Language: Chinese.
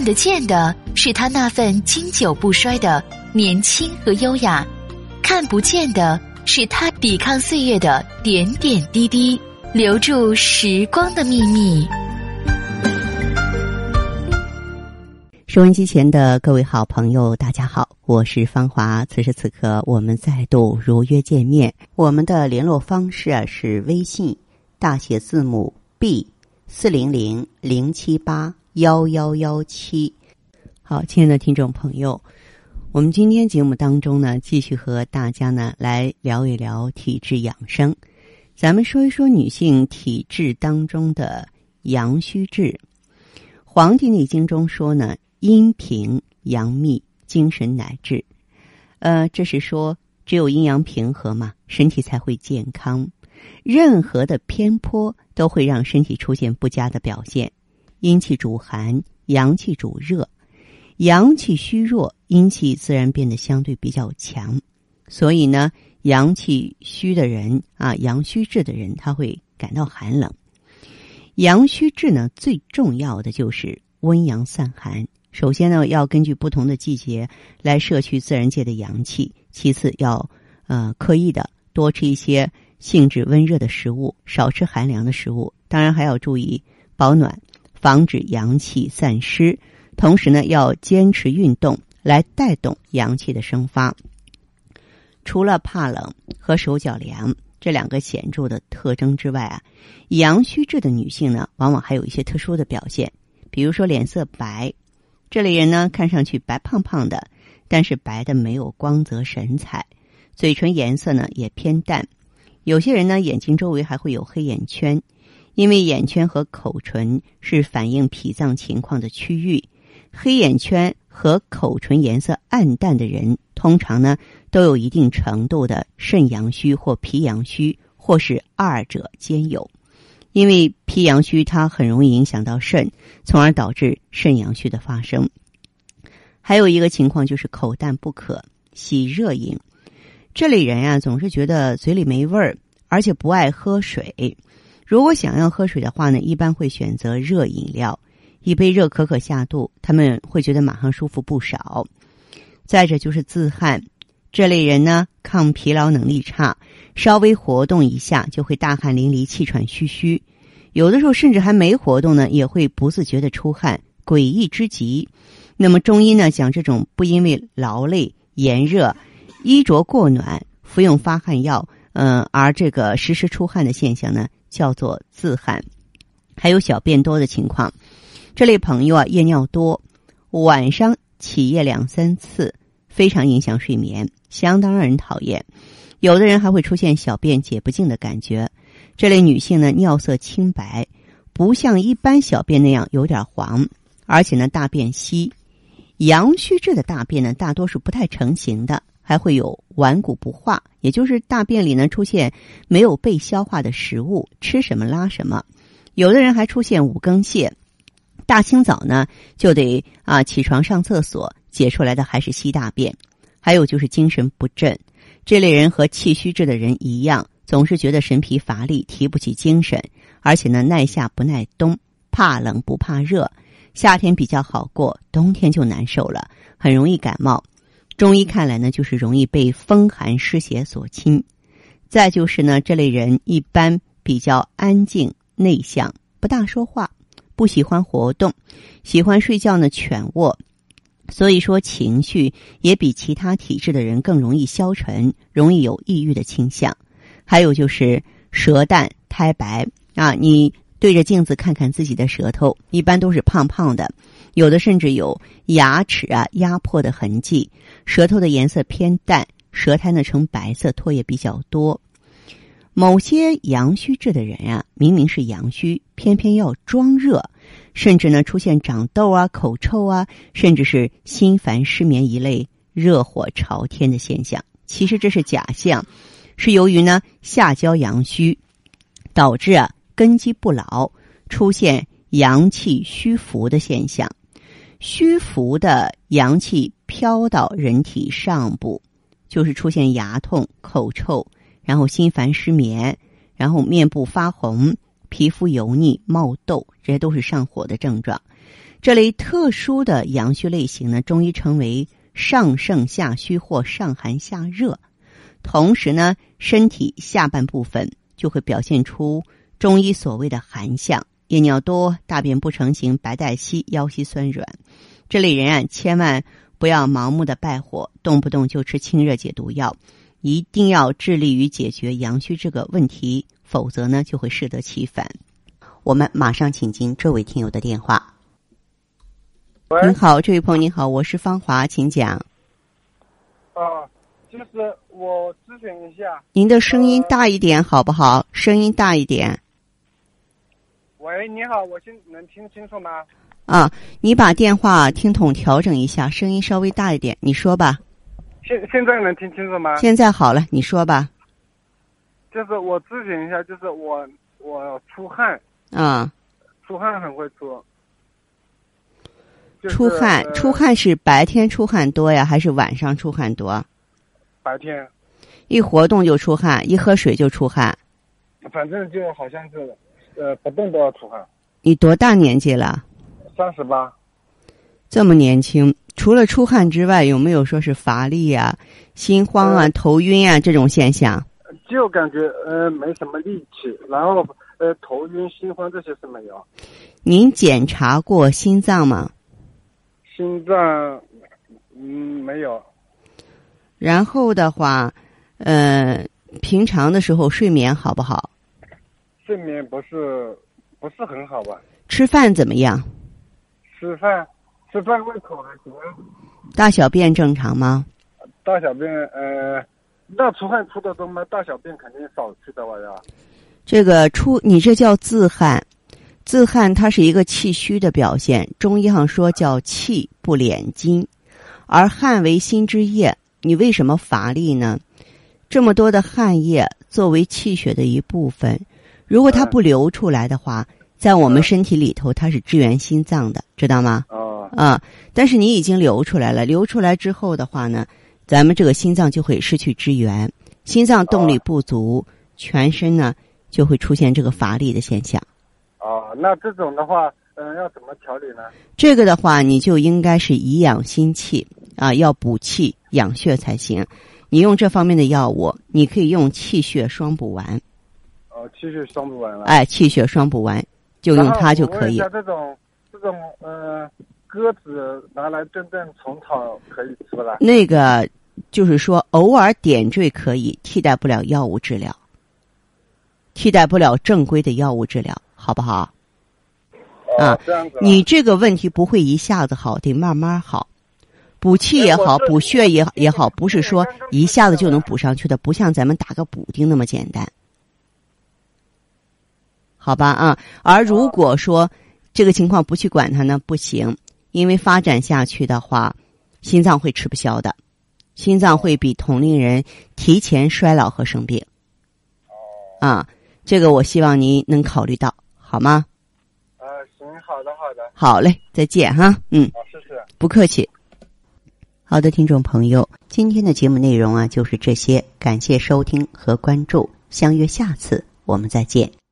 得见的是他那份经久不衰的年轻和优雅，看不见的是他抵抗岁月的点点滴滴，留住时光的秘密。 收音机前的各位好朋友，大家好，我是芳华。此时此刻我们再度如约见面，我们的联络方式是微信大写字母 B40007811117。好，亲爱的听众朋友，我们今天节目当中呢，继续和大家呢来聊一聊体质养生。咱们说一说女性体质当中的阳虚质。《黄帝内经》中说呢，阴平阳秘，精神乃治。这是说只有阴阳平和嘛，身体才会健康。任何的偏颇都会让身体出现不佳的表现。阴气主寒，阳气主热，阳气虚弱，阴气自然变得相对比较强。所以呢，阳气虚的人阳虚质的人，他会感到寒冷。阳虚质呢，最重要的就是温阳散寒。首先呢，要根据不同的季节来摄取自然界的阳气，其次要刻意的多吃一些性质温热的食物，少吃寒凉的食物。当然还要注意保暖，防止阳气散失。同时呢，要坚持运动来带动阳气的生发。除了怕冷和手脚凉这两个显著的特征之外阳虚质的女性呢，往往还有一些特殊的表现。比如说脸色白，这类人呢看上去白胖胖的，但是白的没有光泽神采。嘴唇颜色呢也偏淡，有些人呢眼睛周围还会有黑眼圈，因为眼圈和口唇是反映脾脏情况的区域。黑眼圈和口唇颜色暗淡的人，通常呢都有一定程度的肾阳虚或脾阳虚，或是二者兼有。因为脾阳虚它很容易影响到肾，从而导致肾阳虚的发生。还有一个情况就是口淡不渴，喜热饮。这类人总是觉得嘴里没味儿，而且不爱喝水。如果想要喝水的话呢，一般会选择热饮料，一杯热可可下肚，他们会觉得马上舒服不少。再者就是自汗，这类人呢抗疲劳能力差，稍微活动一下就会大汗淋漓，气喘吁吁，有的时候甚至还没活动呢，也会不自觉的出汗，诡异之极。那么中医呢讲，这种不因为劳累炎热衣着过暖服用发汗药而这个时时出汗的现象呢，叫做自汗。还有小便多的情况，这类朋友夜尿多，晚上起夜2-3次，非常影响睡眠，相当让人讨厌。有的人还会出现小便解不净的感觉。这类女性呢，尿色清白，不像一般小便那样有点黄，而且呢大便稀。阳虚质的大便呢，大多数不太成形的，还会有顽固不化，也就是大便里呢出现没有被消化的食物，吃什么拉什么。有的人还出现五更泻，大清早呢就得起床上厕所，解出来的还是稀大便。还有就是精神不振，这类人和气虚质的人一样，总是觉得神疲乏力，提不起精神，而且呢耐夏不耐冬，怕冷不怕热，夏天比较好过，冬天就难受了，很容易感冒。中医看来呢，就是容易被风寒湿邪所侵。再就是呢，这类人一般比较安静内向，不大说话，不喜欢活动，喜欢睡觉呢蜷卧，所以说情绪也比其他体质的人更容易消沉，容易有抑郁的倾向。还有就是舌淡苔白你对着镜子看看自己的舌头，一般都是胖胖的，有的甚至有牙齿压迫的痕迹，舌头的颜色偏淡，舌苔呢呈白色，唾液比较多。某些阳虚质的人明明是阳虚，偏偏要装热，甚至呢出现长痘口臭甚至是心烦失眠一类热火朝天的现象。其实这是假象，是由于呢下焦阳虚，导致根基不牢，出现阳气虚浮的现象。虚浮的阳气飘到人体上部，就是出现牙痛、口臭，然后心烦失眠，然后面部发红，皮肤油腻、冒痘，这些都是上火的症状。 这类特殊的阳虚类型呢，中医称为上盛下虚或上寒下热。同时呢，身体下半部分就会表现出中医所谓的寒象，夜尿多、大便不成形、白带稀、腰膝酸软。这类人啊，千万不要盲目的败火，动不动就吃清热解毒药，一定要致力于解决阳虚这个问题，否则呢就会适得其反。我们马上请进这位听友的电话。您好，这位朋友您好，我是芳华，请讲。 就是我咨询一下。 您的声音大一点好不好？声音大一点。 喂，你好，我能听清楚吗？ 你把电话听筒调整一下，声音稍微大一点，你说吧。 现在能听清楚吗？ 现在好了，你说吧。 就是我咨询一下，就是我出汗。出汗很会出。 出汗是白天出汗多呀，还是晚上出汗多？ 白天。 一活动就出汗，一喝水就出汗。 反正就好像是，不动都要出汗。 你多大年纪了 ？38。 这么年轻，除了出汗之外，有没有说是乏力啊、心慌啊、头晕啊这种现象？ 就感觉没什么力气，然后头晕、心慌这些是没有。 您检查过心脏吗？ 心脏没有。 然后的话平常的时候睡眠好不好？ 睡眠不是很好吧。 吃饭怎么样？ 吃饭胃口还行。 大小便正常吗？ 大小便那出汗出的多吗？大小便肯定少去的吧呀。 这个你这叫自汗。自汗它是一个气虚的表现，中医上说叫气不敛筋，而汗为心之液，你为什么乏力呢？这么多的汗液作为气血的一部分，如果它不流出来的话，在我们身体里头它是支援心脏的，知道吗？但是你已经流出来了，流出来之后的话呢，咱们这个心脏就会失去支援，心脏动力不足，全身呢就会出现这个乏力的现象。 那这种的话要怎么调理呢？ 这个的话你就应该是以养心气要补气养血才行。你用这方面的药物，你可以用气血双补丸。 气血双补丸了。 气血双补丸就用它就可以。 这种鸽子拿来炖虫草可以吃不啦？ 那个就是说偶尔点缀可以，替代不了药物治疗，替代不了正规的药物治疗，好不好？ 这样子。 你这个问题不会一下子好，得慢慢好。补气也好，补血也好，不是说一下子就能补上去的，不像咱们打个补丁那么简单，好吧？而如果说这个情况不去管它呢，不行，因为发展下去的话，心脏会吃不消的，心脏会比同龄人提前衰老和生病。这个我希望您能考虑到，好吗？ 行，好的。 好嘞，再见哈。 谢谢。 不客气。好的，听众朋友，今天的节目内容就是这些，感谢收听和关注，相约下次我们再见。